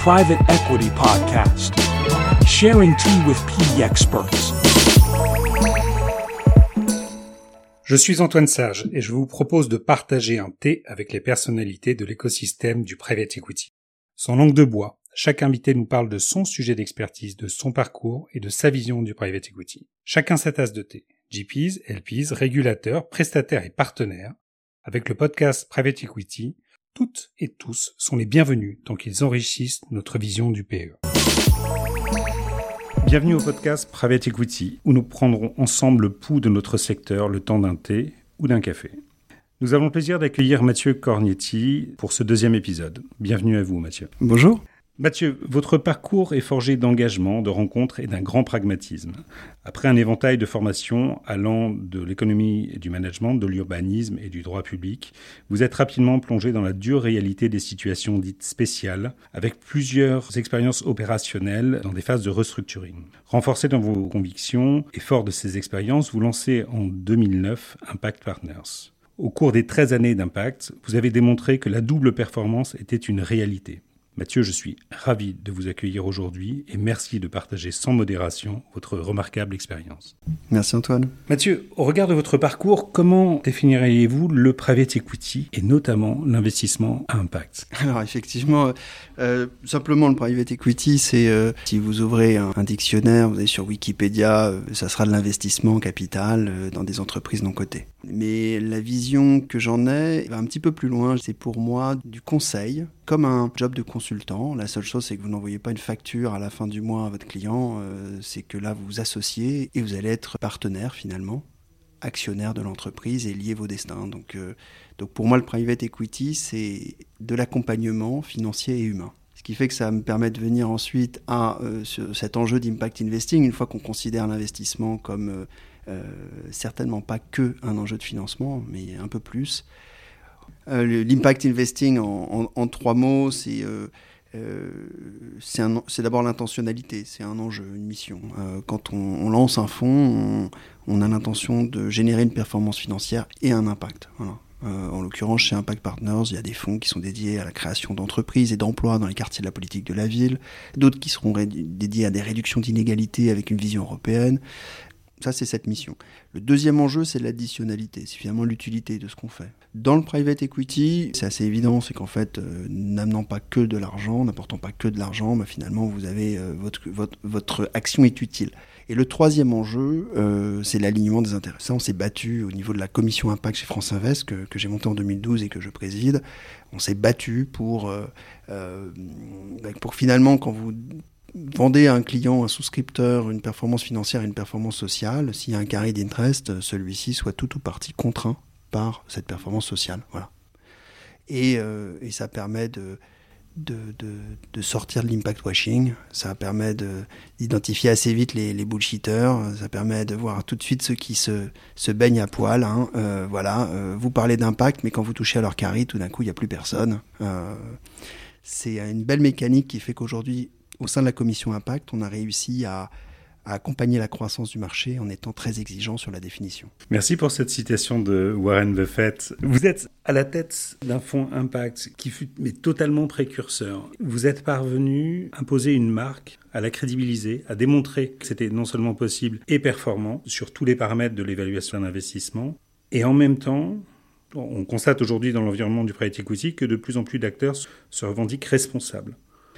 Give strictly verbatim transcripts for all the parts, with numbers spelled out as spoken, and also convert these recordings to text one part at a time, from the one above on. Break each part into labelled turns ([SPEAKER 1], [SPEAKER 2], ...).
[SPEAKER 1] Private Equity Podcast, sharing tea with P E experts.
[SPEAKER 2] Je suis Antoine Sage et je vous propose de partager un thé avec les personnalités de l'écosystème du Private Equity. Sans langue de bois, chaque invité nous parle de son sujet d'expertise, de son parcours et de sa vision du Private Equity. Chacun sa tasse de thé. G Ps, L Ps, régulateurs, prestataires et partenaires. Avec le podcast Private Equity, toutes et tous sont les bienvenus tant qu'ils enrichissent notre vision du P E. Bienvenue au podcast Private Equity, où nous prendrons ensemble le pouls de notre secteur le temps d'un thé ou d'un café. Nous avons le plaisir d'accueillir Mathieu Cornietti pour ce deuxième épisode. Bienvenue à vous, Mathieu.
[SPEAKER 3] Bonjour.
[SPEAKER 2] Mathieu, votre parcours est forgé d'engagement, de rencontres et d'un grand pragmatisme. Après un éventail de formations allant de l'économie et du management, de l'urbanisme et du droit public, vous êtes rapidement plongé dans la dure réalité des situations dites spéciales, avec plusieurs expériences opérationnelles dans des phases de restructuring. Renforcé dans vos convictions et fort de ces expériences, vous lancez en deux mille neuf Impact Partners. Au cours des treize années d'Impact, vous avez démontré que la double performance était une réalité. Mathieu, je suis ravi de vous accueillir aujourd'hui et merci de partager sans modération votre remarquable expérience.
[SPEAKER 3] Merci Antoine.
[SPEAKER 2] Mathieu, au regard de votre parcours, comment définiriez-vous le private equity et notamment l'investissement à impact ?
[SPEAKER 3] Alors effectivement, euh, simplement le private equity, c'est euh, si vous ouvrez un, un dictionnaire, vous allez sur Wikipédia, euh, ça sera de l'investissement capital euh, dans des entreprises non cotées. Mais la vision que j'en ai va un petit peu plus loin, c'est pour moi du conseil, comme un job de consultant. La seule chose, c'est que vous n'envoyez pas une facture à la fin du mois à votre client, euh, c'est que là, vous vous associez et vous allez être partenaire finalement, actionnaire de l'entreprise et lier vos destins. Donc, euh, donc pour moi, le private equity, c'est de l'accompagnement financier et humain. Ce qui fait que ça me permet de venir ensuite à euh, ce, cet enjeu d'impact investing, une fois qu'on considère l'investissement comme euh, euh, certainement pas que un enjeu de financement, mais un peu plus. Euh, l'impact investing, en, en, en trois mots, c'est, euh, euh, c'est, un, c'est d'abord l'intentionnalité, c'est un enjeu, une mission. Euh, quand on, on lance un fonds, on, on a l'intention de générer une performance financière et un impact. Voilà. Euh, en l'occurrence, chez Impact Partners, il y a des fonds qui sont dédiés à la création d'entreprises et d'emplois dans les quartiers de la politique de la ville, d'autres qui seront ré- dédiés à des réductions d'inégalités avec une vision européenne. Ça, c'est cette mission. Le deuxième enjeu, c'est l'additionnalité, c'est finalement l'utilité de ce qu'on fait. Dans le private equity, c'est assez évident, c'est qu'en fait, euh, n'amenant pas que de l'argent, n'apportant pas que de l'argent, bah, finalement, vous avez euh, votre, votre, votre action est utile. Et le troisième enjeu, euh, c'est l'alignement des intérêts. Ça, on s'est battu au niveau de la commission Impact chez France Invest, que, que j'ai montée en deux mille douze et que je préside. On s'est battu pour, euh, euh, pour finalement, quand vous vendez à un client, un souscripteur, une performance financière et une performance sociale, s'il y a un carré d'interest, celui-ci soit tout ou partie contraint par cette performance sociale. Voilà. Et, euh, et ça permet de, de, de, de sortir de l'impact washing, ça permet de, d'identifier assez vite les, les bullshitters, ça permet de voir tout de suite ceux qui se, se baignent à poil. Hein. Euh, voilà. euh, vous parlez d'impact, mais quand vous touchez à leur carré, tout d'un coup, il n'y a plus personne. Euh, c'est une belle mécanique qui fait qu'aujourd'hui, au sein de la commission Impact, on a réussi à, à accompagner la croissance du marché en étant très exigeant sur la définition.
[SPEAKER 2] Merci pour cette citation de Warren Buffett. Vous êtes à la tête d'un fonds Impact qui fut mais totalement précurseur. Vous êtes parvenu à imposer une marque, à la crédibiliser, à démontrer que c'était non seulement possible et performant sur tous les paramètres de l'évaluation d'un investissement. Et en même temps, on constate aujourd'hui dans l'environnement du private equity que de plus en plus d'acteurs se revendiquent responsables.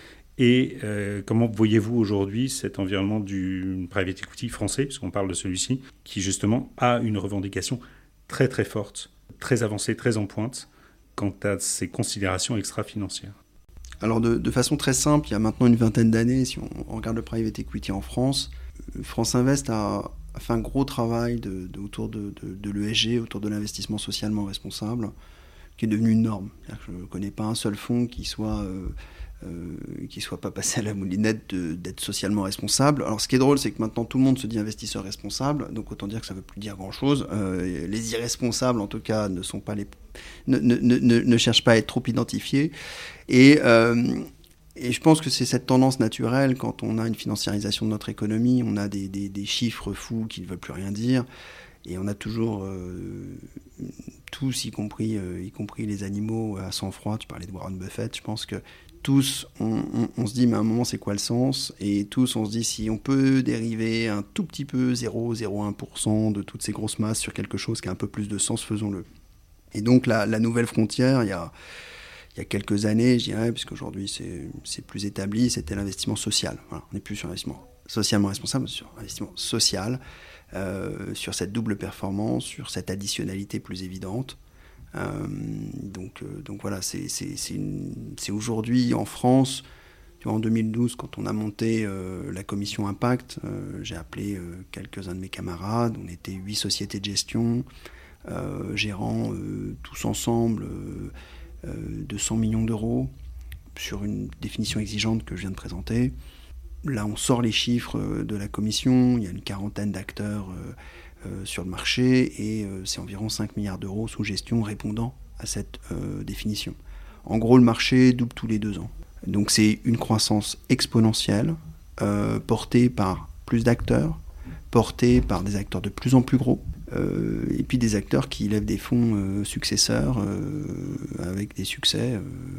[SPEAKER 2] Et euh, comment voyez-vous aujourd'hui cet environnement du private equity français, puisqu'on parle de celui-ci, qui justement a une revendication très très forte, très avancée, très en pointe, quant à ses considérations extra-financières ?
[SPEAKER 3] Alors de, de façon très simple, il y a maintenant une vingtaine d'années, si on, on regarde le private equity en France, France Invest a, a fait un gros travail de, de, autour de, de, de l'E S G, autour de l'investissement socialement responsable, qui est devenu une norme. C'est-à-dire que je ne connais pas un seul fonds qui soit... Euh, Euh, qui ne soit pas passé à la moulinette de, d'être socialement responsable. Alors ce qui est drôle, c'est que maintenant tout le monde se dit investisseur responsable, donc autant dire que ça ne veut plus dire grand-chose. Euh, les irresponsables, en tout cas, ne, sont pas les, ne, ne, ne, ne cherchent pas à être trop identifiés. Et, euh, et je pense que c'est cette tendance naturelle, quand on a une financiarisation de notre économie, on a des, des, des chiffres fous qui ne veulent plus rien dire, et on a toujours... Euh, tous, y compris, euh, y compris les animaux à sang-froid, tu parlais de Warren Buffett, je pense que tous, on, on, on se dit, mais à un moment, c'est quoi le sens ? Et tous, on se dit, si on peut dériver un tout petit peu, zéro virgule zéro un pour cent de toutes ces grosses masses sur quelque chose qui a un peu plus de sens, faisons-le. Et donc, la, la nouvelle frontière, il y a, il y a quelques années, je dirais, puisqu'aujourd'hui, c'est, c'est plus établi, c'était l'investissement social. Voilà, on n'est plus sur l'investissement socialement responsable, mais sur l'investissement social, euh, sur cette double performance, sur cette additionnalité plus évidente. Euh, donc, euh, donc voilà, c'est, c'est, c'est, une, c'est aujourd'hui en France, tu vois, en deux mille douze, quand on a monté euh, la commission Impact, euh, j'ai appelé euh, quelques-uns de mes camarades, on était huit sociétés de gestion, euh, gérant euh, tous ensemble euh, euh, deux cents millions d'euros sur une définition exigeante que je viens de présenter. Là, on sort les chiffres de la commission, il y a une quarantaine d'acteurs euh, Euh, sur le marché et euh, c'est environ cinq milliards d'euros sous gestion répondant à cette euh, définition. En gros, le marché double tous les deux ans. Donc c'est une croissance exponentielle euh, portée par plus d'acteurs, portée par des acteurs de plus en plus gros euh, et puis des acteurs qui lèvent des fonds euh, successeurs euh, avec des succès euh,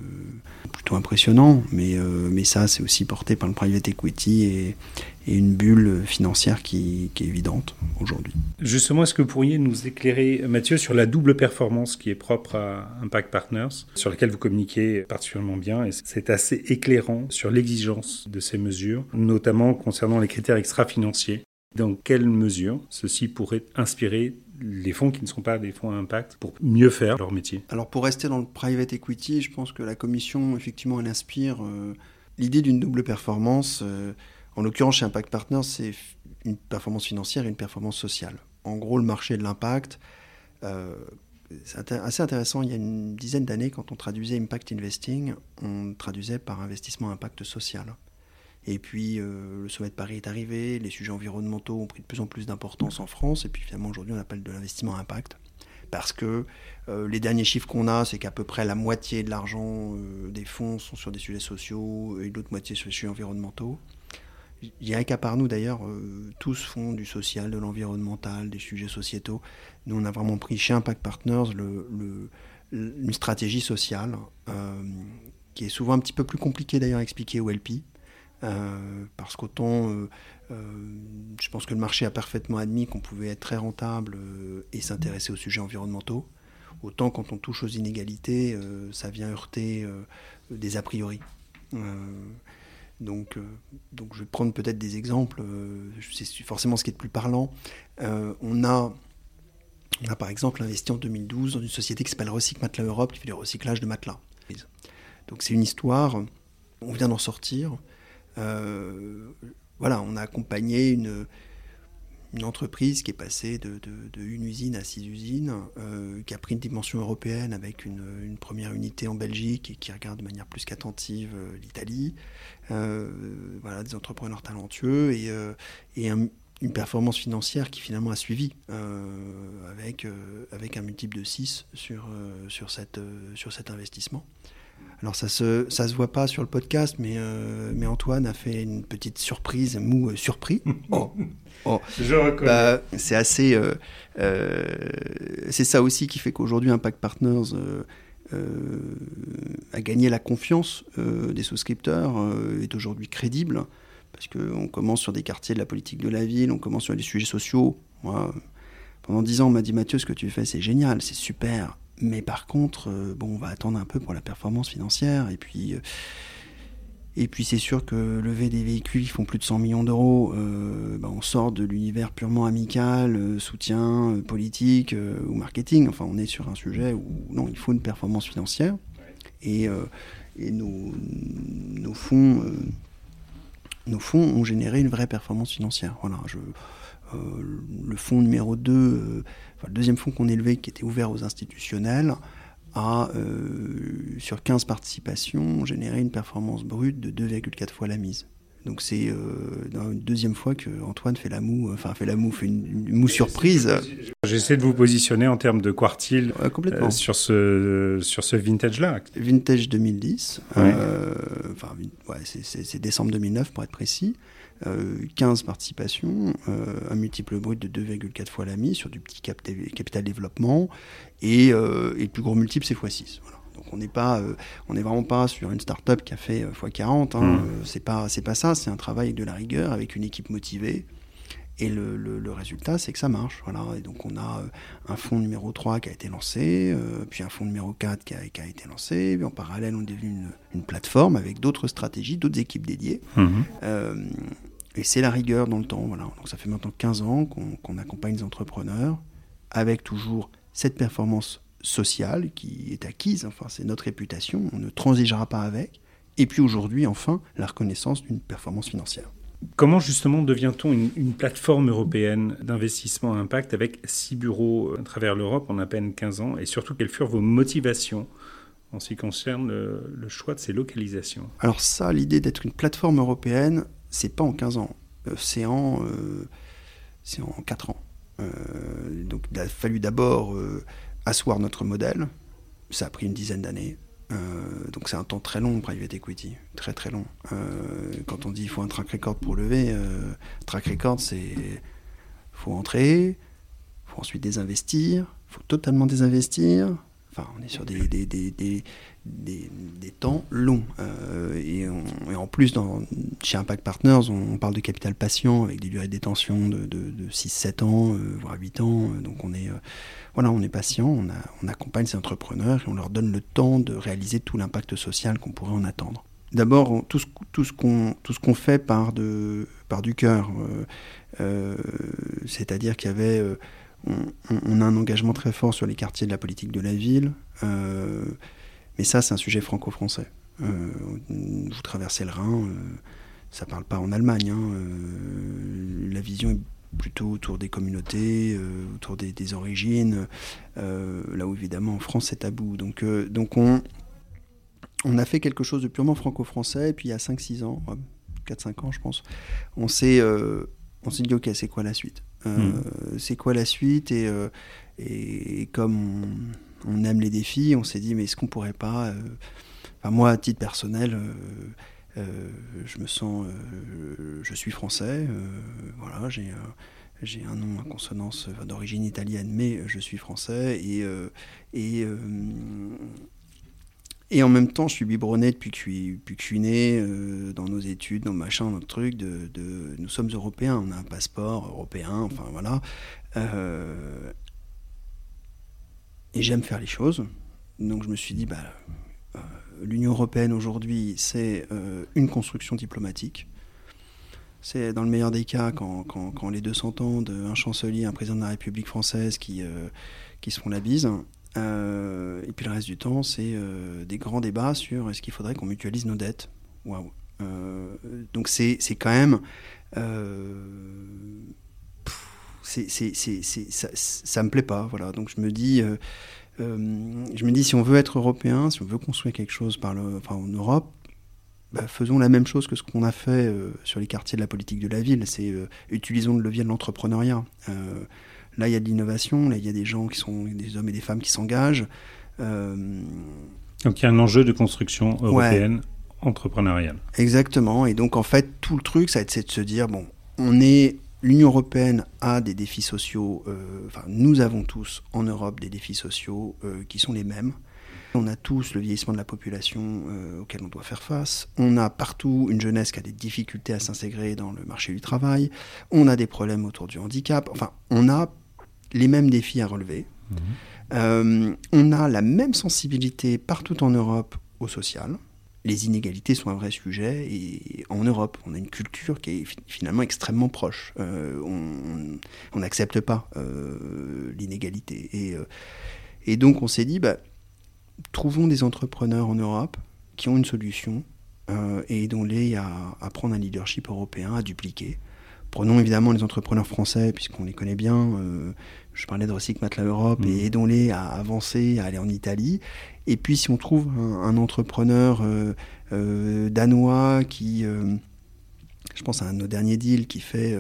[SPEAKER 3] plutôt impressionnants. Mais, euh, mais ça, c'est aussi porté par le private equity et et une bulle financière qui, qui est évidente aujourd'hui.
[SPEAKER 2] Justement, est-ce que vous pourriez nous éclairer, Mathieu, sur la double performance qui est propre à Impact Partners, sur laquelle vous communiquez particulièrement bien, et c'est assez éclairant sur l'exigence de ces mesures, notamment concernant les critères extra-financiers. Dans quelle mesure ceci pourrait inspirer les fonds qui ne sont pas des fonds à impact pour mieux faire leur métier ?
[SPEAKER 3] Alors pour rester dans le private equity, je pense que la commission, effectivement, elle inspire euh, l'idée d'une double performance. Euh, En l'occurrence, chez Impact Partners, c'est une performance financière et une performance sociale. En gros, le marché de l'impact, euh, c'est assez intéressant. Il y a une dizaine d'années, quand on traduisait Impact Investing, on traduisait par investissement impact social. Et puis, euh, le sommet de Paris est arrivé, les sujets environnementaux ont pris de plus en plus d'importance en France, et puis finalement, aujourd'hui, on appelle de l'investissement impact. Parce que euh, les derniers chiffres qu'on a, c'est qu'à peu près la moitié de l'argent euh, des fonds sont sur des sujets sociaux, et l'autre moitié sur les sujets environnementaux. Je dirais qu'à part nous, d'ailleurs, euh, tous font du social, de l'environnemental, des sujets sociétaux. Nous, on a vraiment pris chez Impact Partners le, le, une stratégie sociale euh, qui est souvent un petit peu plus compliquée, d'ailleurs, à expliquer au L P. Euh, parce qu'autant, euh, euh, je pense que le marché a parfaitement admis qu'on pouvait être très rentable euh, et s'intéresser aux sujets environnementaux. Autant, quand on touche aux inégalités, euh, ça vient heurter euh, des a priori. Euh, Donc, euh, donc je vais prendre peut-être des exemples, euh, c'est forcément ce qui est le plus parlant. Euh, on, a, on a par exemple investi en deux mille douze dans une société qui s'appelle Recycle Matelas Europe, qui fait du recyclage de matelas. Donc c'est une histoire, on vient d'en sortir. Euh, voilà, on a accompagné une, une entreprise qui est passée de, de, de une usine à six usines, euh, qui a pris une dimension européenne avec une, une première unité en Belgique et qui regarde de manière plus qu'attentive euh, l'Italie. Euh, voilà, des entrepreneurs talentueux et, euh, et un, une performance financière qui finalement a suivi euh, avec, euh, avec un multiple de six sur, euh, sur, cette, euh, sur cet investissement. Alors ça se, ça se voit pas sur le podcast, mais, euh, mais Antoine a fait une petite surprise, mou euh, surpris. Oh, oh.
[SPEAKER 2] Je reconnais.
[SPEAKER 3] Bah, c'est assez, euh, euh, c'est ça aussi qui fait qu'aujourd'hui Impact Partners euh, euh, a gagné la confiance euh, des souscripteurs, euh, est aujourd'hui crédible, parce qu'on commence sur des quartiers de la politique de la ville, on commence sur des sujets sociaux. Moi, pendant dix ans, on m'a dit, Mathieu, ce que tu fais, c'est génial, c'est super. Mais par contre, euh, bon, on va attendre un peu pour la performance financière. Et puis, euh, et puis c'est sûr que lever des véhicules qui font plus de cent millions d'euros, euh, bah, on sort de l'univers purement amical, euh, soutien euh, politique euh, ou marketing. Enfin, on est sur un sujet où non, il faut une performance financière. Et, euh, et nos, nos fonds, euh, nos fonds ont généré une vraie performance financière. Voilà, je... Euh, le fonds numéro deux, euh, enfin, le deuxième fonds qu'on élevait, qui était ouvert aux institutionnels, a, euh, sur quinze participations, généré une performance brute de deux virgule quatre fois la mise. Donc c'est euh, une deuxième fois que Antoine fait la moue, enfin fait la moue, fait une, une moue surprise.
[SPEAKER 2] J'essaie de vous positionner en termes de quartile
[SPEAKER 3] euh, complètement.
[SPEAKER 2] Euh, sur ce sur ce vintage-là.
[SPEAKER 3] Vintage deux mille dix,
[SPEAKER 2] Ouais.
[SPEAKER 3] euh, enfin ouais, c'est, c'est, c'est décembre deux mille neuf pour être précis. euh, quinze participations, euh, un multiple brut de deux virgule quatre fois l'A M I sur du petit cap- capital développement, et, euh, et le plus gros multiple, c'est fois six. Voilà. Donc on n'est pas, euh, on n'est vraiment pas sur une start-up qui a fait euh, fois quarante. Hein, mmh. euh, c'est pas, c'est pas ça. C'est un travail avec de la rigueur, avec une équipe motivée. Et le, le, le résultat, c'est que ça marche. Voilà. Et donc on a euh, un fonds numéro trois qui a été lancé, euh, puis un fonds numéro quatre qui a, qui a été lancé. Puis en parallèle, on est devenu une, une plateforme avec d'autres stratégies, d'autres équipes dédiées. Mmh. Euh, et c'est la rigueur dans le temps. Voilà. Donc ça fait maintenant quinze ans qu'on, qu'on accompagne les entrepreneurs avec toujours cette performance sociale qui est acquise, enfin c'est notre réputation, on ne transigera pas avec, et puis aujourd'hui enfin la reconnaissance d'une performance financière.
[SPEAKER 2] Comment justement devient-on une, une plateforme européenne d'investissement à impact avec six bureaux à travers l'Europe en à peine quinze ans, et surtout quelles furent vos motivations en ce qui concerne le, le choix de ces localisations?
[SPEAKER 3] Alors ça, l'idée d'être une plateforme européenne, c'est pas en quinze ans, euh, c'est en, euh, c'est en quatre ans. Euh, donc il a fallu d'abord euh, asseoir notre modèle, ça a pris une dizaine d'années, euh, donc c'est un temps très long, private equity, très très long. Euh, quand on dit qu'il faut un track record pour lever, euh, track record c'est, faut entrer, il faut ensuite désinvestir, il faut totalement désinvestir, enfin on est sur des, des, des, des, des, des temps longs. Euh, et, on, et en plus, dans, chez Impact Partners, on, on parle de capital patient avec des durées de détention de, de, de six sept ans, euh, voire huit ans, donc on est... Euh, Voilà, on est patient, on, a, on accompagne ces entrepreneurs et on leur donne le temps de réaliser tout l'impact social qu'on pourrait en attendre. D'abord, on, tout, ce, tout, ce qu'on, tout ce qu'on fait part, de, part du cœur. Euh, euh, c'est-à-dire qu'il y avait... Euh, on, on a un engagement très fort sur les quartiers de la politique de la ville. Euh, mais ça, c'est un sujet franco-français. Euh, vous traversez le Rhin, euh, ça ne parle pas en Allemagne. Hein, euh, la vision est plutôt autour des communautés, euh, autour des, des origines, euh, là où évidemment en France c'est tabou. Donc, euh, donc on, on a fait quelque chose de purement franco-français, et puis il y a cinq six ans, quatre cinq ans je pense, on s'est, euh, on s'est dit ok, c'est quoi la suite euh, mmh. C'est quoi la suite et, euh, et, et comme on, on aime les défis, on s'est dit mais est-ce qu'on pourrait pas, euh, enfin moi à titre personnel, euh, Euh, je me sens, euh, je suis français, euh, voilà, j'ai, euh, j'ai un nom à consonance euh, d'origine italienne, mais je suis français et euh, et euh, et en même temps, je suis biberonné depuis que je suis, depuis que je suis né, euh, dans nos études, dans machin, notre truc. De, de, nous sommes européens, on a un passeport européen, enfin voilà. Euh, et j'aime faire les choses, donc je me suis dit, bah. Euh, L'Union européenne aujourd'hui, c'est euh, une construction diplomatique. C'est dans le meilleur des cas quand, quand, quand les deux s'entendent, un chancelier, un président de la République française qui, euh, qui se font la bise. Euh, et puis le reste du temps, c'est euh, des grands débats sur est-ce qu'il faudrait qu'on mutualise nos dettes. Waouh. Euh, donc c'est, c'est quand même... Euh, c'est, c'est, c'est, c'est, ça, ça me plaît pas. Voilà. Donc je me dis... Euh, Euh, je me dis, si on veut être européen, si on veut construire quelque chose par le, enfin, en Europe, bah, faisons la même chose que ce qu'on a fait euh, sur les quartiers de la politique de la ville. C'est euh, utilisons le levier de l'entrepreneuriat. Euh, là, il y a de l'innovation, là, il y a des gens qui sont, des hommes et des femmes qui s'engagent. Euh...
[SPEAKER 2] Donc, il y a un enjeu de construction européenne ouais. entrepreneuriale.
[SPEAKER 3] Exactement. Et donc, en fait, tout le truc, ça, c'est de se dire, bon, on est... L'Union européenne a des défis sociaux, euh, enfin nous avons tous en Europe des défis sociaux euh, qui sont les mêmes. On a tous le vieillissement de la population euh, auquel on doit faire face. On a partout une jeunesse qui a des difficultés à s'intégrer dans le marché du travail. On a des problèmes autour du handicap. Enfin, on a les mêmes défis à relever. Mmh. Euh, on a la même sensibilité partout en Europe au social. Les inégalités sont un vrai sujet et en Europe, on a une culture qui est finalement extrêmement proche. Euh, on n'accepte pas euh, l'inégalité. Et, euh, et donc on s'est dit, bah, trouvons des entrepreneurs en Europe qui ont une solution euh, et aidons-les à, à prendre un leadership européen, à dupliquer. Prenons évidemment les entrepreneurs français, puisqu'on les connaît bien. Euh, je parlais de Recycle Matelas Europe, mmh. et aidons-les à avancer, à aller en Italie. Et puis, si on trouve un, un entrepreneur euh, euh, danois qui, euh, je pense à un de nos derniers deals, qui fait euh,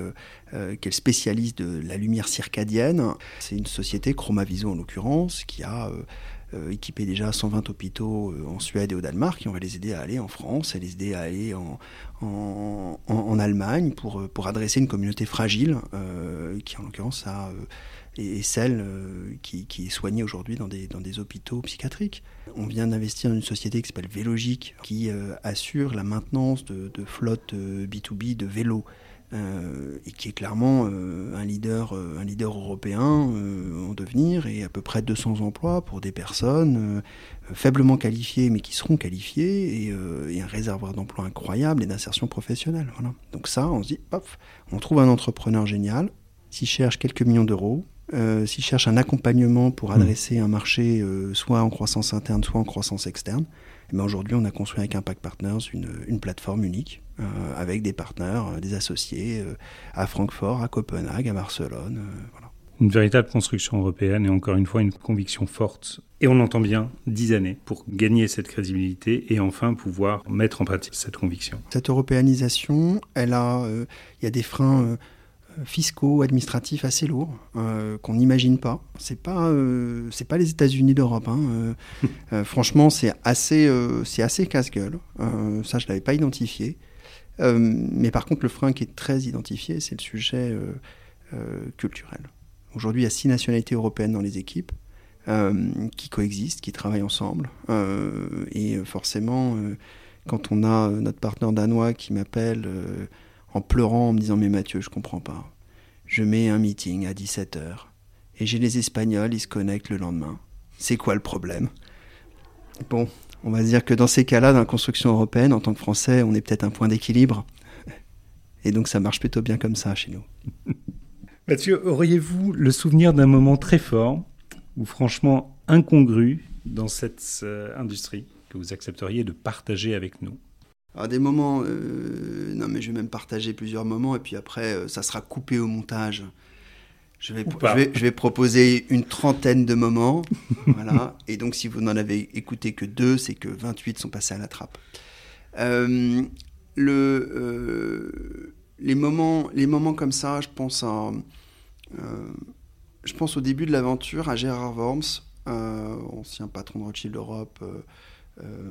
[SPEAKER 3] euh, qui est le spécialiste de la lumière circadienne. C'est une société, Chromaviso en l'occurrence, qui a euh, euh, équipé déjà cent vingt hôpitaux euh, en Suède et au Danemark, et on va les aider à aller en France, et les aider à aller en, en, en, en Allemagne pour, pour adresser une communauté fragile, euh, qui en l'occurrence a... Euh, et celle euh, qui, qui est soignée aujourd'hui dans des, dans des hôpitaux psychiatriques. On vient d'investir dans une société qui s'appelle Vélogique, qui euh, assure la maintenance de, de flottes euh, B deux B de vélos, euh, et qui est clairement euh, un, leader, euh, un leader européen euh, en devenir, et à peu près deux cents emplois pour des personnes euh, faiblement qualifiées, mais qui seront qualifiées, et, euh, et un réservoir d'emplois incroyable et d'insertion professionnelle. Voilà. Donc ça, on se dit, hop, on trouve un entrepreneur génial, s'il cherche quelques millions d'euros, Euh, s'ils cherchent un accompagnement pour adresser un marché euh, soit en croissance interne, soit en croissance externe, et bien aujourd'hui, on a construit avec Impact Partners une, une plateforme unique euh, avec des partenaires, euh, des associés euh, à Francfort, à Copenhague, à Barcelone. Euh, voilà.
[SPEAKER 2] Une véritable construction européenne et encore une fois une conviction forte. Et on l'entend bien, dix années pour gagner cette crédibilité et enfin pouvoir mettre en pratique cette conviction.
[SPEAKER 3] Cette européanisation, elle a, euh, il y a des freins euh, fiscaux, administratifs assez lourds, euh, qu'on n'imagine pas. C'est pas, euh, c'est pas les États-Unis d'Europe. Hein. Euh, euh, franchement, c'est assez, euh, c'est assez casse-gueule. Euh, ça, je l'avais pas identifié. Euh, mais par contre, le frein qui est très identifié, c'est le sujet euh, euh, culturel. Aujourd'hui, il y a six nationalités européennes dans les équipes euh, qui coexistent, qui travaillent ensemble. Euh, et forcément, euh, quand on a notre partenaire danois qui m'appelle euh, en pleurant, en me disant « Mais Mathieu, je comprends pas. Je mets un meeting à dix-sept heures et j'ai les Espagnols, ils se connectent le lendemain. C'est quoi le problème ?» Bon, on va se dire que dans ces cas-là, dans la construction européenne, en tant que Français, on est peut-être un point d'équilibre. Et donc ça marche plutôt bien comme ça chez nous.
[SPEAKER 2] Mathieu, auriez-vous le souvenir d'un moment très fort ou franchement incongru dans cette euh, industrie que vous accepteriez de partager avec nous ?
[SPEAKER 3] Alors des moments, euh, non mais je vais même partager plusieurs moments et puis après euh, ça sera coupé au montage. Je vais, je vais, je vais proposer une trentaine de moments, voilà. Et donc si vous n'en avez écouté que deux, c'est que vingt-huit sont passés à la trappe. Euh, le, euh, les moments, les moments comme ça, je pense à, euh, je pense au début de l'aventure à Gérard Worms, euh, ancien patron de Rothschild Europe. Euh, euh,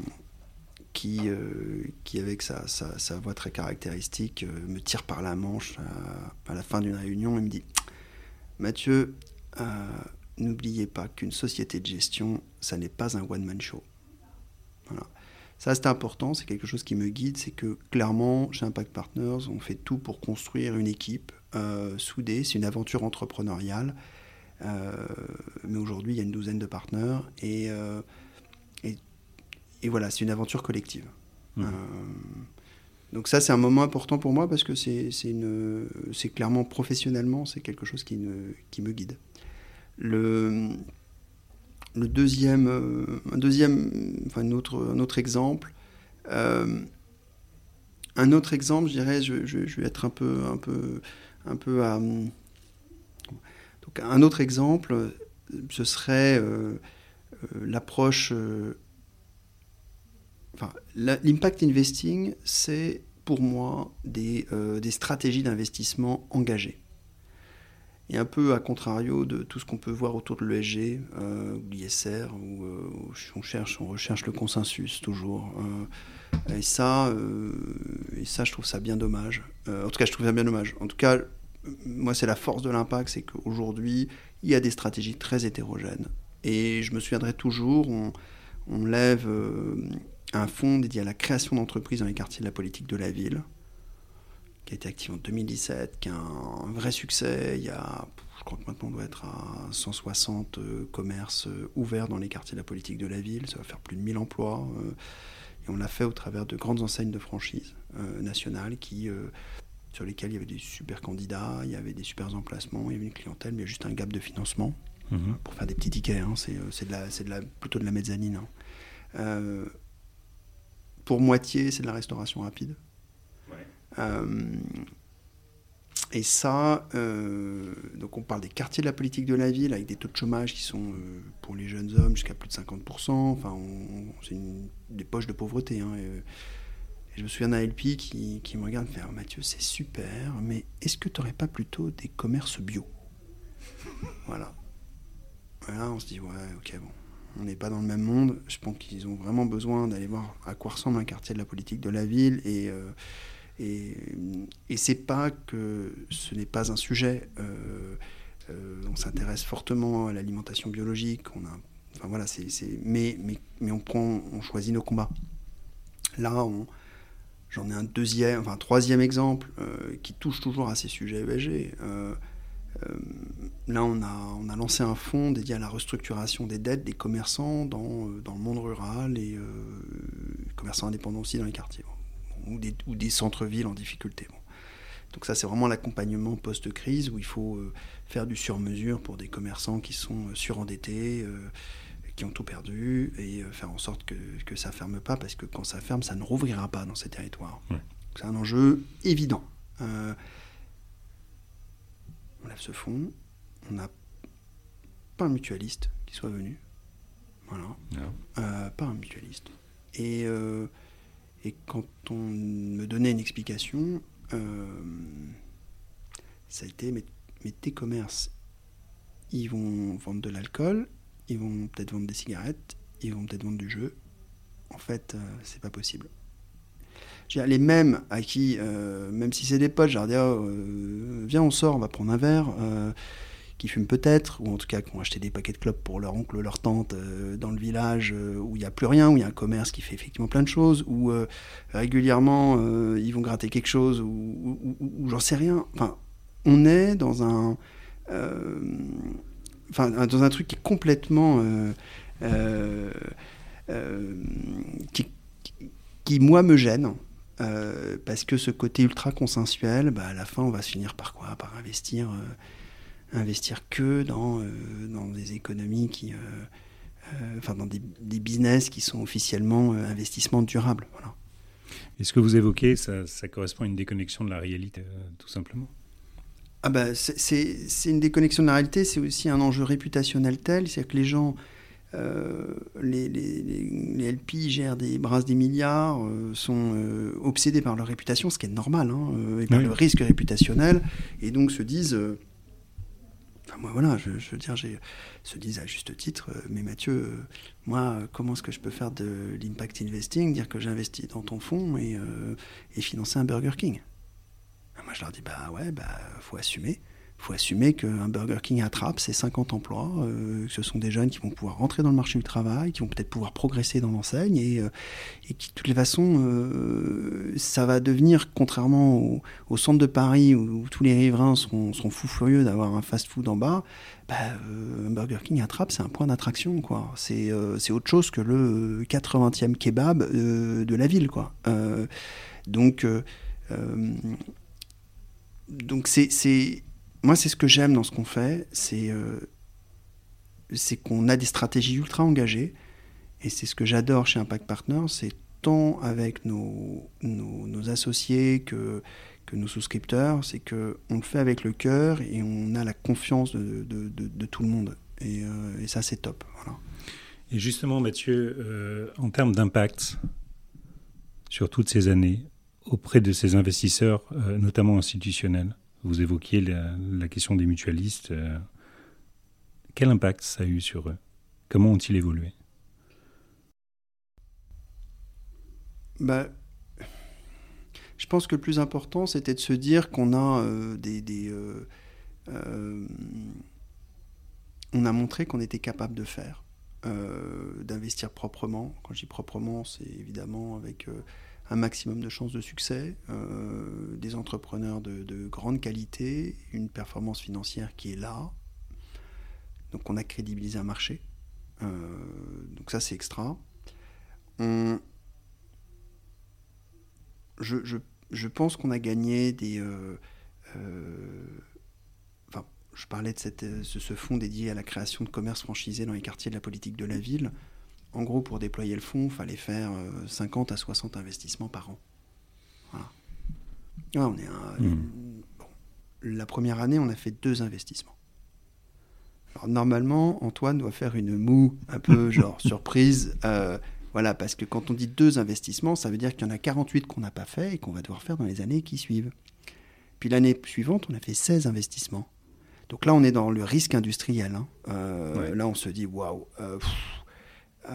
[SPEAKER 3] Qui, euh, qui avec sa, sa, sa voix très caractéristique, euh, me tire par la manche à, à la fin d'une réunion et me dit « Mathieu, euh, n'oubliez pas qu'une société de gestion, ça n'est pas un one-man show. » Voilà. Ça, c'est important, c'est quelque chose qui me guide, c'est que clairement, chez Impact Partners, on fait tout pour construire une équipe euh, soudée, c'est une aventure entrepreneuriale, euh, mais aujourd'hui, il y a une douzaine de partenaires et... Euh, et Et voilà, c'est une aventure collective. Mmh. Euh, donc ça, c'est un moment important pour moi parce que c'est, c'est, une, c'est clairement professionnellement, c'est quelque chose qui, ne, qui me guide. Le, le deuxième, euh, un deuxième, enfin un autre, un autre exemple, euh, un autre exemple, je dirais, je, je, je vais être un peu, un peu, un peu à. Donc un autre exemple, ce serait euh, euh, l'approche. Euh, Enfin, la, l'impact investing, c'est pour moi des, euh, des stratégies d'investissement engagées. Et un peu à contrario de tout ce qu'on peut voir autour de l'E S G, euh, ou l'I S R, où, euh, où on, cherche, on recherche le consensus toujours. Euh, et, ça, euh, et ça, je trouve ça bien dommage. Euh, en tout cas, je trouve ça bien dommage. En tout cas, moi, c'est la force de l'impact, c'est qu'aujourd'hui, il y a des stratégies très hétérogènes. Et je me souviendrai toujours, on, on lève... Euh, un fonds dédié à la création d'entreprises dans les quartiers de la politique de la ville, qui a été activé en deux mille dix-sept, qui a un vrai succès. Il y a, je crois que maintenant on doit être à cent soixante euh, commerces euh, ouverts dans les quartiers de la politique de la ville. Ça va faire plus de mille emplois. Euh, et on l'a fait au travers de grandes enseignes de franchise euh, nationales qui, euh, sur lesquelles il y avait des super candidats, il y avait des super emplacements, il y avait une clientèle, mais il y a juste un gap de financement mmh. pour faire des petits tickets. Hein, c'est, c'est, de la, c'est de la, plutôt de la mezzanine. Hein. Euh, Pour moitié, c'est de la restauration rapide. Ouais. Euh, et ça, euh, donc on parle des quartiers de la politique de la ville avec des taux de chômage qui sont, euh, pour les jeunes hommes, jusqu'à plus de cinquante pour cent. Enfin, on, c'est une, des poches de pauvreté. Hein, et, Et je me souviens d'un L P qui, qui me regarde et me fait « Mathieu, c'est super, mais est-ce que tu n'aurais pas plutôt des commerces bio ?» Voilà. Et là, on se dit « Ouais, ok, bon. On n'est pas dans le même monde. Je pense qu'ils ont vraiment besoin d'aller voir à quoi ressemble un quartier de la politique de la ville. Et, euh, et, et c'est pas que ce n'est pas un sujet. Euh, euh, on s'intéresse fortement à l'alimentation biologique. On a, enfin voilà, c'est, c'est, mais, mais, mais on prend, on choisit nos combats. Là, on, j'en ai un deuxième, enfin un troisième exemple euh, qui touche toujours à ces sujets E S G. Euh, Euh, là, on a, on a lancé un fonds dédié à la restructuration des dettes des commerçants dans, euh, dans le monde rural et euh, commerçants indépendants aussi dans les quartiers, bon, ou, des, ou des centres-villes en difficulté. Bon. Donc ça, c'est vraiment l'accompagnement post-crise où il faut euh, faire du sur-mesure pour des commerçants qui sont euh, surendettés, euh, qui ont tout perdu, et euh, faire en sorte que, que ça ne ferme pas, parce que quand ça ferme, ça ne rouvrira pas dans ces territoires. Ouais. C'est un enjeu évident. Euh, On lève ce fonds, on n'a pas un mutualiste qui soit venu, voilà, euh, pas un mutualiste. Et, euh, et quand on me donnait une explication, euh, ça a été, mais, mais tes commerces, ils vont vendre de l'alcool, ils vont peut-être vendre des cigarettes, ils vont peut-être vendre du jeu. En fait, euh, c'est pas possible. Les mêmes à qui, euh, même si c'est des potes, je leur dis oh, euh, viens, on sort, on va prendre un verre, euh, qui fument peut-être, ou en tout cas qui ont acheté des paquets de clopes pour leur oncle ou leur tante euh, dans le village euh, où il n'y a plus rien, où il y a un commerce qui fait effectivement plein de choses, où euh, régulièrement euh, ils vont gratter quelque chose, ou, ou, ou, ou j'en sais rien. Enfin, on est dans un, euh, enfin, dans un truc qui est complètement. Euh, euh, euh, qui, qui, moi, me gêne. Euh, parce que ce côté ultra consensuel, bah, à la fin, on va se finir par quoi ? Par investir, euh, investir que dans, euh, dans des économies qui, euh, euh, enfin, dans des, des business qui sont officiellement euh, investissements durables. Voilà.
[SPEAKER 2] Et ce que vous évoquez, ça, ça correspond à une déconnexion de la réalité, euh, tout simplement.
[SPEAKER 3] Ah bah, c'est, c'est, c'est une déconnexion de la réalité, c'est aussi un enjeu réputationnel tel, c'est-à-dire que les gens. Euh, les, les, les L P gèrent des, brassent des milliards, euh, sont euh, obsédés par leur réputation, ce qui est normal, hein, euh, et par oui. le risque réputationnel, et donc se disent, euh, enfin moi voilà, je, je veux dire, j'ai, se disent à juste titre, euh, mais Mathieu, euh, moi, comment est-ce que je peux faire de l'impact investing, dire que j'investis dans ton fonds et, euh, et financer un Burger King ? Moi je leur dis, bah ouais, bah faut assumer. Il faut assumer qu'un Burger King attrape ses cinquante emplois, euh, que ce sont des jeunes qui vont pouvoir rentrer dans le marché du travail, qui vont peut-être pouvoir progresser dans l'enseigne, et, euh, et qui, de toutes les façons, euh, ça va devenir, contrairement au, au centre de Paris, où, où tous les riverains seront, seront fous furieux d'avoir un fast-food en bas, bah, euh, un Burger King attrape, c'est un point d'attraction, quoi. C'est, euh, c'est autre chose que le quatre-vingtième kebab euh, de la ville, quoi. Euh, donc, euh, euh, donc c'est... c'est Moi, c'est ce que j'aime dans ce qu'on fait, c'est, euh, c'est qu'on a des stratégies ultra engagées, et c'est ce que j'adore chez Impact Partners, c'est tant avec nos, nos, nos associés que, que nos souscripteurs, c'est qu'on le fait avec le cœur et on a la confiance de, de, de, de tout le monde, et, euh, et ça, c'est top. Voilà.
[SPEAKER 2] Et justement, Mathieu, euh, en termes d'impact sur toutes ces années, auprès de ces investisseurs, euh, notamment institutionnels, vous évoquiez la, la question des mutualistes. Euh, quel impact ça a eu sur eux ? Comment ont-ils évolué ?
[SPEAKER 3] bah, Je pense que le plus important, c'était de se dire qu'on a euh, des... des euh, euh, on a montré qu'on était capable de faire, euh, d'investir proprement. Quand je dis proprement, c'est évidemment avec... Euh, un maximum de chances de succès, euh, des entrepreneurs de, de grande qualité, une performance financière qui est là. Donc on a crédibilisé un marché. Euh, donc ça, c'est extra. On... Je, je, je pense qu'on a gagné des... Euh, euh... Enfin, je parlais de cette, ce, ce fonds dédié à la création de commerces franchisés dans les quartiers de la politique de la ville. En gros, pour déployer le fonds, il fallait faire cinquante à soixante investissements par an. Voilà. Ouais, on est un, mmh. bon. La première année, on a fait deux investissements. Alors, normalement, Antoine doit faire une moue un peu genre surprise. Euh, Voilà, parce que quand on dit deux investissements, ça veut dire qu'il y en a quarante-huit qu'on n'a pas fait et qu'on va devoir faire dans les années qui suivent. Puis l'année suivante, on a fait seize investissements. Donc là, on est dans le risque industriel. Hein. Euh, ouais. Là, on se dit, waouh, euh, euh,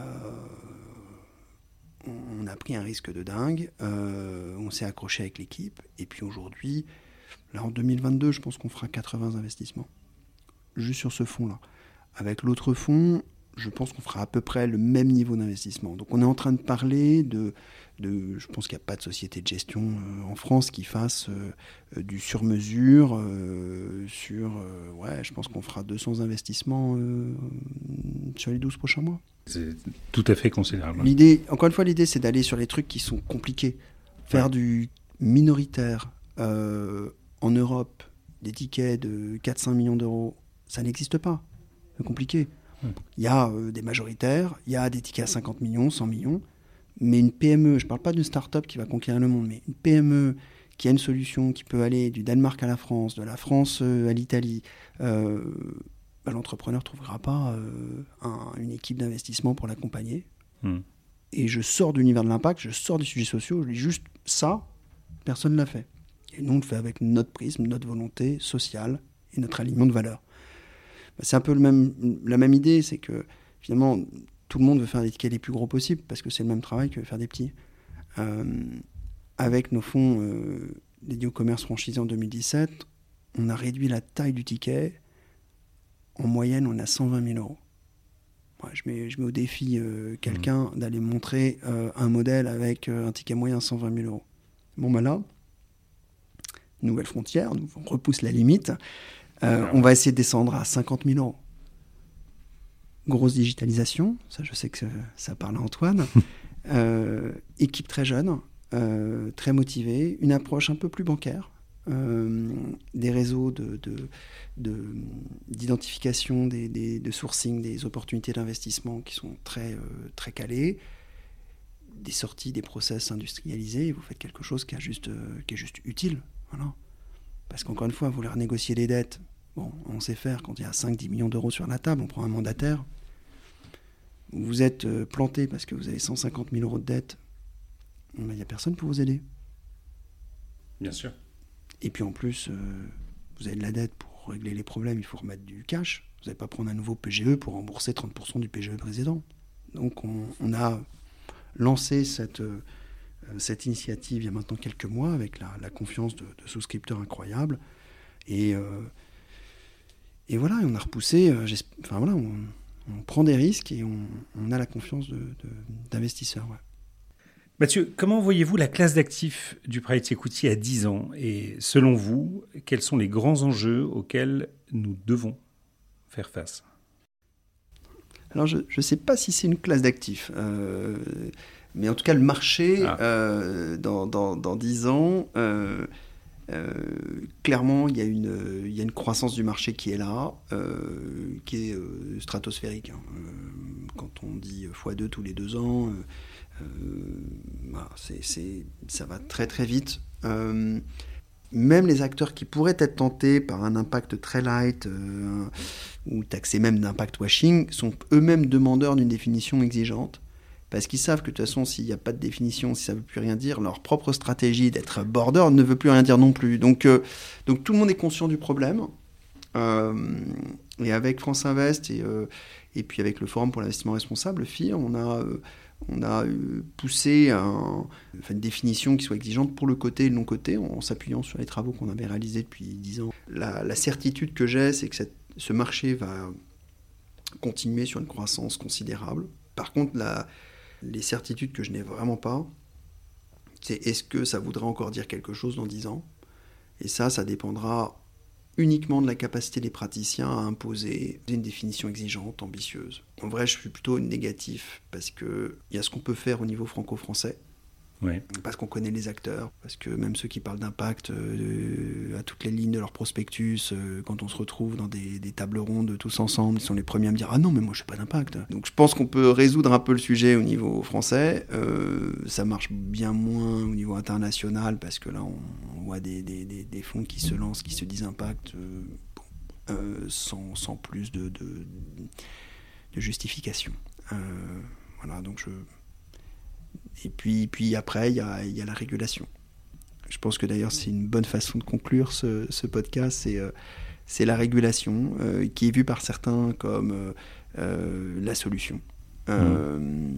[SPEAKER 3] on a pris un risque de dingue, euh, on s'est accroché avec l'équipe, et puis aujourd'hui, là en deux mille vingt-deux, je pense qu'on fera quatre-vingts investissements, juste sur ce fonds-là. Avec l'autre fonds, je pense qu'on fera à peu près le même niveau d'investissement. Donc on est en train de parler de... de je pense qu'il n'y a pas de société de gestion euh, en France qui fasse euh, du sur-mesure euh, sur... Euh, ouais, je pense qu'on fera deux cents investissements euh, sur les douze prochains mois.
[SPEAKER 2] C'est tout à fait considérable.
[SPEAKER 3] L'idée, encore une fois, l'idée, c'est d'aller sur les trucs qui sont compliqués. Faire ouais. du minoritaire euh, en Europe, des tickets de quatre à cinq millions d'euros, ça n'existe pas. C'est compliqué. Il y a euh, des majoritaires, il y a des tickets à cinquante millions, cent millions, mais une P M E, je ne parle pas d'une start-up qui va conquérir le monde, mais une P M E qui a une solution qui peut aller du Danemark à la France, de la France euh, à l'Italie, euh, bah, l'entrepreneur ne trouvera pas euh, un, une équipe d'investissement pour l'accompagner. Mmh. Et je sors de l'univers de l'impact, je sors des sujets sociaux, je dis juste ça, personne ne l'a fait. Et nous, on le fait avec notre prisme, notre volonté sociale et notre alignement de valeurs. C'est un peu le même, la même idée, c'est que finalement, tout le monde veut faire des tickets les plus gros possibles, parce que c'est le même travail que faire des petits. Euh, avec nos fonds euh, dédiés au commerce franchisé en deux mille dix-sept, on a réduit la taille du ticket. En moyenne, on a cent vingt mille euros. Ouais, je, mets, je mets au défi euh, quelqu'un mmh. d'aller montrer euh, un modèle avec euh, un ticket moyen à cent vingt mille euros. Bon, ben là, nouvelle frontière, on repousse la limite. Euh, on va essayer de descendre à cinquante mille euros. Grosse digitalisation, ça je sais que ça, ça parle à Antoine. euh, équipe très jeune, euh, très motivée, une approche un peu plus bancaire, euh, des réseaux de, de, de, d'identification, des, des, de sourcing, des opportunités d'investissement qui sont très, euh, très calées, des sorties, des process industrialisés, et vous faites quelque chose qui, a juste, euh, qui est juste utile. Voilà. Parce qu'encore une fois, vouloir négocier les dettes, bon, on sait faire quand il y a cinq à dix millions d'euros sur la table, on prend un mandataire. Vous êtes euh, planté parce que vous avez cent cinquante mille euros de dette, il n'y a personne pour vous aider.
[SPEAKER 2] Bien sûr.
[SPEAKER 3] Et puis en plus, euh, vous avez de la dette pour régler les problèmes, il faut remettre du cash. Vous n'allez pas prendre un nouveau P G E pour rembourser trente pour cent du P G E précédent. Donc on, on a lancé cette... Euh, cette initiative il y a maintenant quelques mois avec la, la confiance de, de souscripteurs incroyables et, euh, et voilà, on a repoussé euh, enfin voilà, on, on prend des risques et on, on a la confiance de, de, d'investisseurs. Ouais.
[SPEAKER 2] Mathieu, comment voyez-vous la classe d'actifs du private equity à dix ans et selon vous, quels sont les grands enjeux auxquels nous devons faire face?
[SPEAKER 3] Alors je ne sais pas si c'est une classe d'actifs euh, mais en tout cas, le marché, ah. euh, dans, dans, dans dix ans, euh, euh, clairement, il y a une, il y a une croissance du marché qui est là, euh, qui est euh, stratosphérique. Hein. Euh, quand on dit fois deux tous les deux ans, euh, bah, c'est, c'est, ça va très très vite. Euh, même les acteurs qui pourraient être tentés par un impact très light, euh, ou taxés même d'impact washing, sont eux-mêmes demandeurs d'une définition exigeante. Parce qu'ils savent que de toute façon, s'il n'y a pas de définition, si ça ne veut plus rien dire, leur propre stratégie d'être border ne veut plus rien dire non plus. Donc, euh, donc tout le monde est conscient du problème. Euh, et avec France Invest et, euh, et puis avec le Forum pour l'investissement responsable, F I R, on a, euh, on a euh, poussé un, enfin, une définition qui soit exigeante pour le côté et le non-côté, en, en s'appuyant sur les travaux qu'on avait réalisés depuis dix ans. La, la certitude que j'ai, c'est que cette, ce marché va continuer sur une croissance considérable. Par contre, la... les certitudes que je n'ai vraiment pas, c'est est-ce que ça voudrait encore dire quelque chose dans dix ans ? Et ça, ça dépendra uniquement de la capacité des praticiens à imposer une définition exigeante, ambitieuse. En vrai, je suis plutôt négatif, parce qu'il y a ce qu'on peut faire au niveau franco-français,
[SPEAKER 2] oui.
[SPEAKER 3] Parce qu'on connaît les acteurs, parce que même ceux qui parlent d'impact euh, à toutes les lignes de leur prospectus, euh, quand on se retrouve dans des, des tables rondes tous ensemble, ils sont les premiers à me dire « Ah non, mais moi je ne fais pas d'impact ». Donc je pense qu'on peut résoudre un peu le sujet au niveau français. Euh, ça marche bien moins au niveau international, parce que là on, on voit des, des, des, des fonds qui se lancent, qui se disent impact, euh, bon, euh, sans, sans plus de, de, de justification. Euh, voilà, donc je... Et puis, puis après, il y a, y a la régulation. Je pense que d'ailleurs, c'est une bonne façon de conclure ce, ce podcast. C'est, euh, c'est la régulation euh, qui est vue par certains comme euh, euh, la solution. Euh,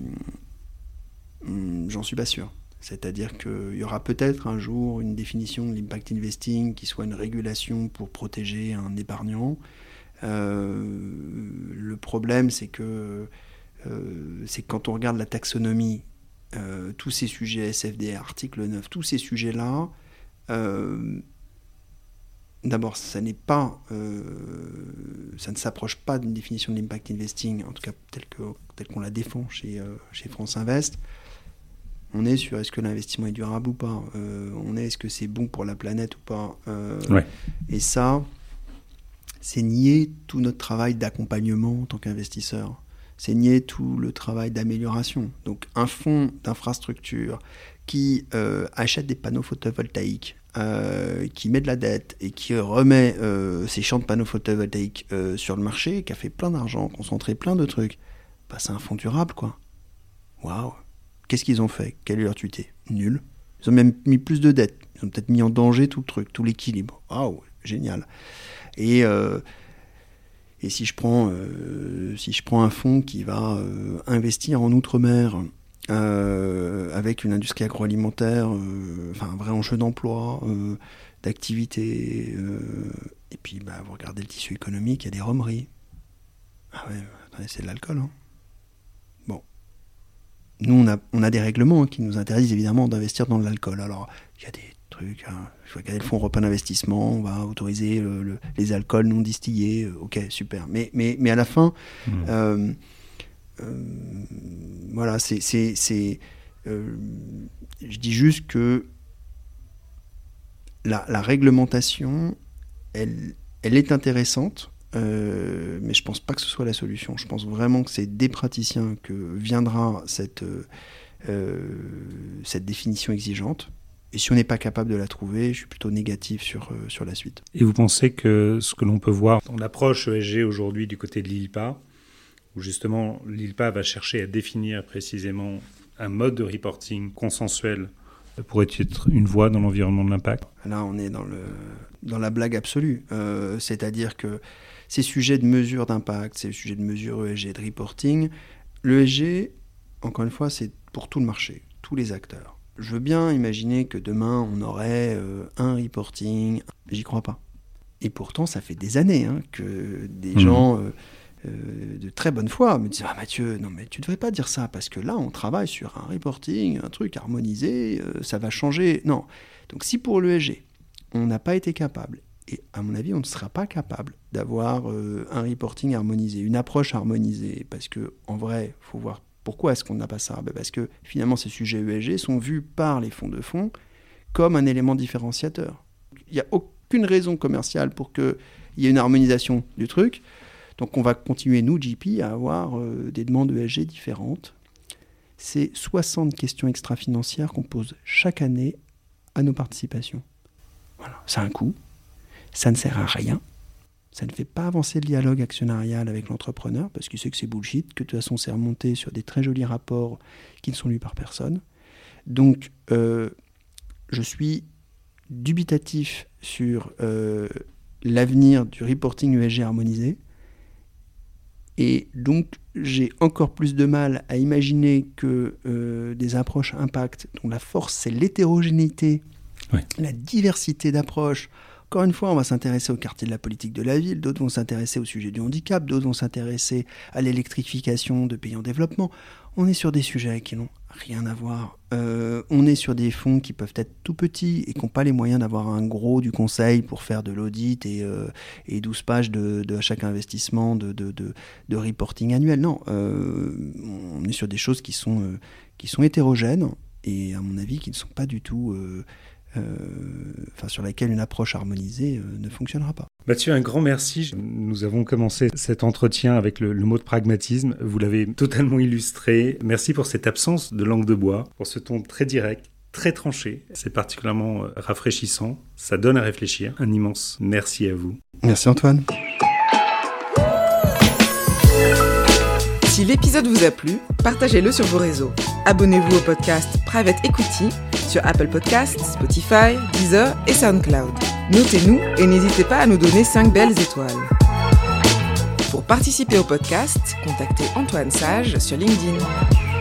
[SPEAKER 3] mmh. J'en suis pas sûr. C'est-à-dire qu'il y aura peut-être un jour une définition de l'impact investing qui soit une régulation pour protéger un épargnant. Euh, le problème, c'est que, euh, c'est que quand on regarde la taxonomie, euh, tous ces sujets, S F D R, article neuf, tous ces sujets-là, euh, d'abord, ça n'est pas, euh, ça ne s'approche pas d'une définition de l'impact investing, en tout cas telle, que, telle qu'on la défend chez, euh, chez France Invest. On est sur est-ce que l'investissement est durable ou pas, euh, on est est-ce que c'est bon pour la planète ou pas. Euh,
[SPEAKER 2] ouais.
[SPEAKER 3] Et ça, c'est nier tout notre travail d'accompagnement en tant qu'investisseur. C'est nier tout le travail d'amélioration. Donc un fonds d'infrastructure qui euh, achète des panneaux photovoltaïques, euh, qui met de la dette et qui remet euh, ses champs de panneaux photovoltaïques euh, sur le marché, qui a fait plein d'argent, concentré plein de trucs, bah, c'est un fonds durable, quoi. Waouh! Qu'est-ce qu'ils ont fait? Quelle est leur utilité? Nul. Ils ont même mis plus de dettes. Ils ont peut-être mis en danger tout le truc, tout l'équilibre. Waouh, génial. Et, euh, et si, je prends, euh, si je prends un fonds qui va euh, investir en Outre-mer euh, avec une industrie agroalimentaire, euh, enfin un vrai enjeu d'emploi, euh, d'activité, euh, et puis bah, vous regardez le tissu économique, il y a des romeries. Ah ouais, attendez, c'est de l'alcool, hein. Nous, on a, on a des règlements qui nous interdisent évidemment d'investir dans de l'alcool. Alors, il y a des trucs, hein. Il faut regarder le fonds européen d'investissement, on va autoriser le, le, les alcools non distillés, ok, super. Mais, mais, mais à la fin, mmh. euh, euh, voilà, c'est... c'est, c'est euh, je dis juste que la, la réglementation, elle, elle est intéressante, Euh, mais je pense pas que ce soit la solution. Je pense vraiment que c'est des praticiens que viendra cette, euh, cette définition exigeante. Et si on n'est pas capable de la trouver, je suis plutôt négatif sur, euh, sur la suite.
[SPEAKER 2] Et vous pensez que ce que l'on peut voir dans l'approche E S G aujourd'hui du côté de l'I L P A, où justement l'I L P A va chercher à définir précisément un mode de reporting consensuel pourrait être une voie dans l'environnement de l'impact?
[SPEAKER 3] Là, on est dans, le, dans la blague absolue. Euh, c'est-à-dire que ces sujets de mesure d'impact, ces sujets de mesure E S G, de reporting, l'E S G, encore une fois, c'est pour tout le marché, tous les acteurs. Je veux bien imaginer que demain, on aurait euh, un reporting. J'y crois pas. Et pourtant, ça fait des années hein, que des mmh. gens euh, euh, de très bonne foi me disent « Ah Mathieu, non mais tu devrais pas dire ça, parce que là, on travaille sur un reporting, un truc harmonisé, euh, ça va changer. » Non. Donc si pour l'E S G, on n'a pas été capable, et à mon avis, on ne sera pas capable d'avoir euh, un reporting harmonisé, une approche harmonisée, parce qu'en vrai, il faut voir pourquoi est-ce qu'on n'a pas ça. Ben parce que finalement, ces sujets E S G sont vus par les fonds de fonds comme un élément différenciateur. Il n'y a aucune raison commerciale pour qu'il y ait une harmonisation du truc. Donc on va continuer, nous, J P, à avoir euh, des demandes E S G différentes. C'est soixante questions extra-financières qu'on pose chaque année à nos participations. Voilà. Ça a un coût. Ça ne sert à rien. Ça ne fait pas avancer le dialogue actionnarial avec l'entrepreneur parce qu'il sait que c'est bullshit, que de toute façon c'est remonté sur des très jolis rapports qui ne sont lus par personne. Donc euh, je suis dubitatif sur euh, l'avenir du reporting E S G harmonisé et donc j'ai encore plus de mal à imaginer que euh, des approches impact dont la force c'est l'hétérogénéité, oui. la diversité d'approches. Encore une fois, on va s'intéresser au quartier de la politique de la ville, d'autres vont s'intéresser au sujet du handicap, d'autres vont s'intéresser à l'électrification de pays en développement. On est sur des sujets qui n'ont rien à voir. Euh, on est sur des fonds qui peuvent être tout petits et qui n'ont pas les moyens d'avoir un gros du conseil pour faire de l'audit et, euh, et douze pages de, de chaque investissement de, de, de, de reporting annuel. Non, euh, on est sur des choses qui sont, euh, qui sont hétérogènes et à mon avis qui ne sont pas du tout... Euh, Euh, enfin, sur laquelle une approche harmonisée euh, ne fonctionnera pas.
[SPEAKER 2] Mathieu, un grand merci. Nous avons commencé cet entretien avec le, le mot de pragmatisme. Vous l'avez totalement illustré. Merci pour cette absence de langue de bois, pour ce ton très direct, très tranché. C'est particulièrement rafraîchissant. Ça donne à réfléchir. Un immense merci à vous.
[SPEAKER 3] Merci Antoine. Si
[SPEAKER 4] Si l'épisode vous a plu, partagez-le sur vos réseaux. Abonnez-vous au podcast Private Equity sur Apple Podcasts, Spotify, Deezer et SoundCloud. Notez-nous et n'hésitez pas à nous donner cinq belles étoiles. Pour participer au podcast, contactez Antoine Sage sur LinkedIn.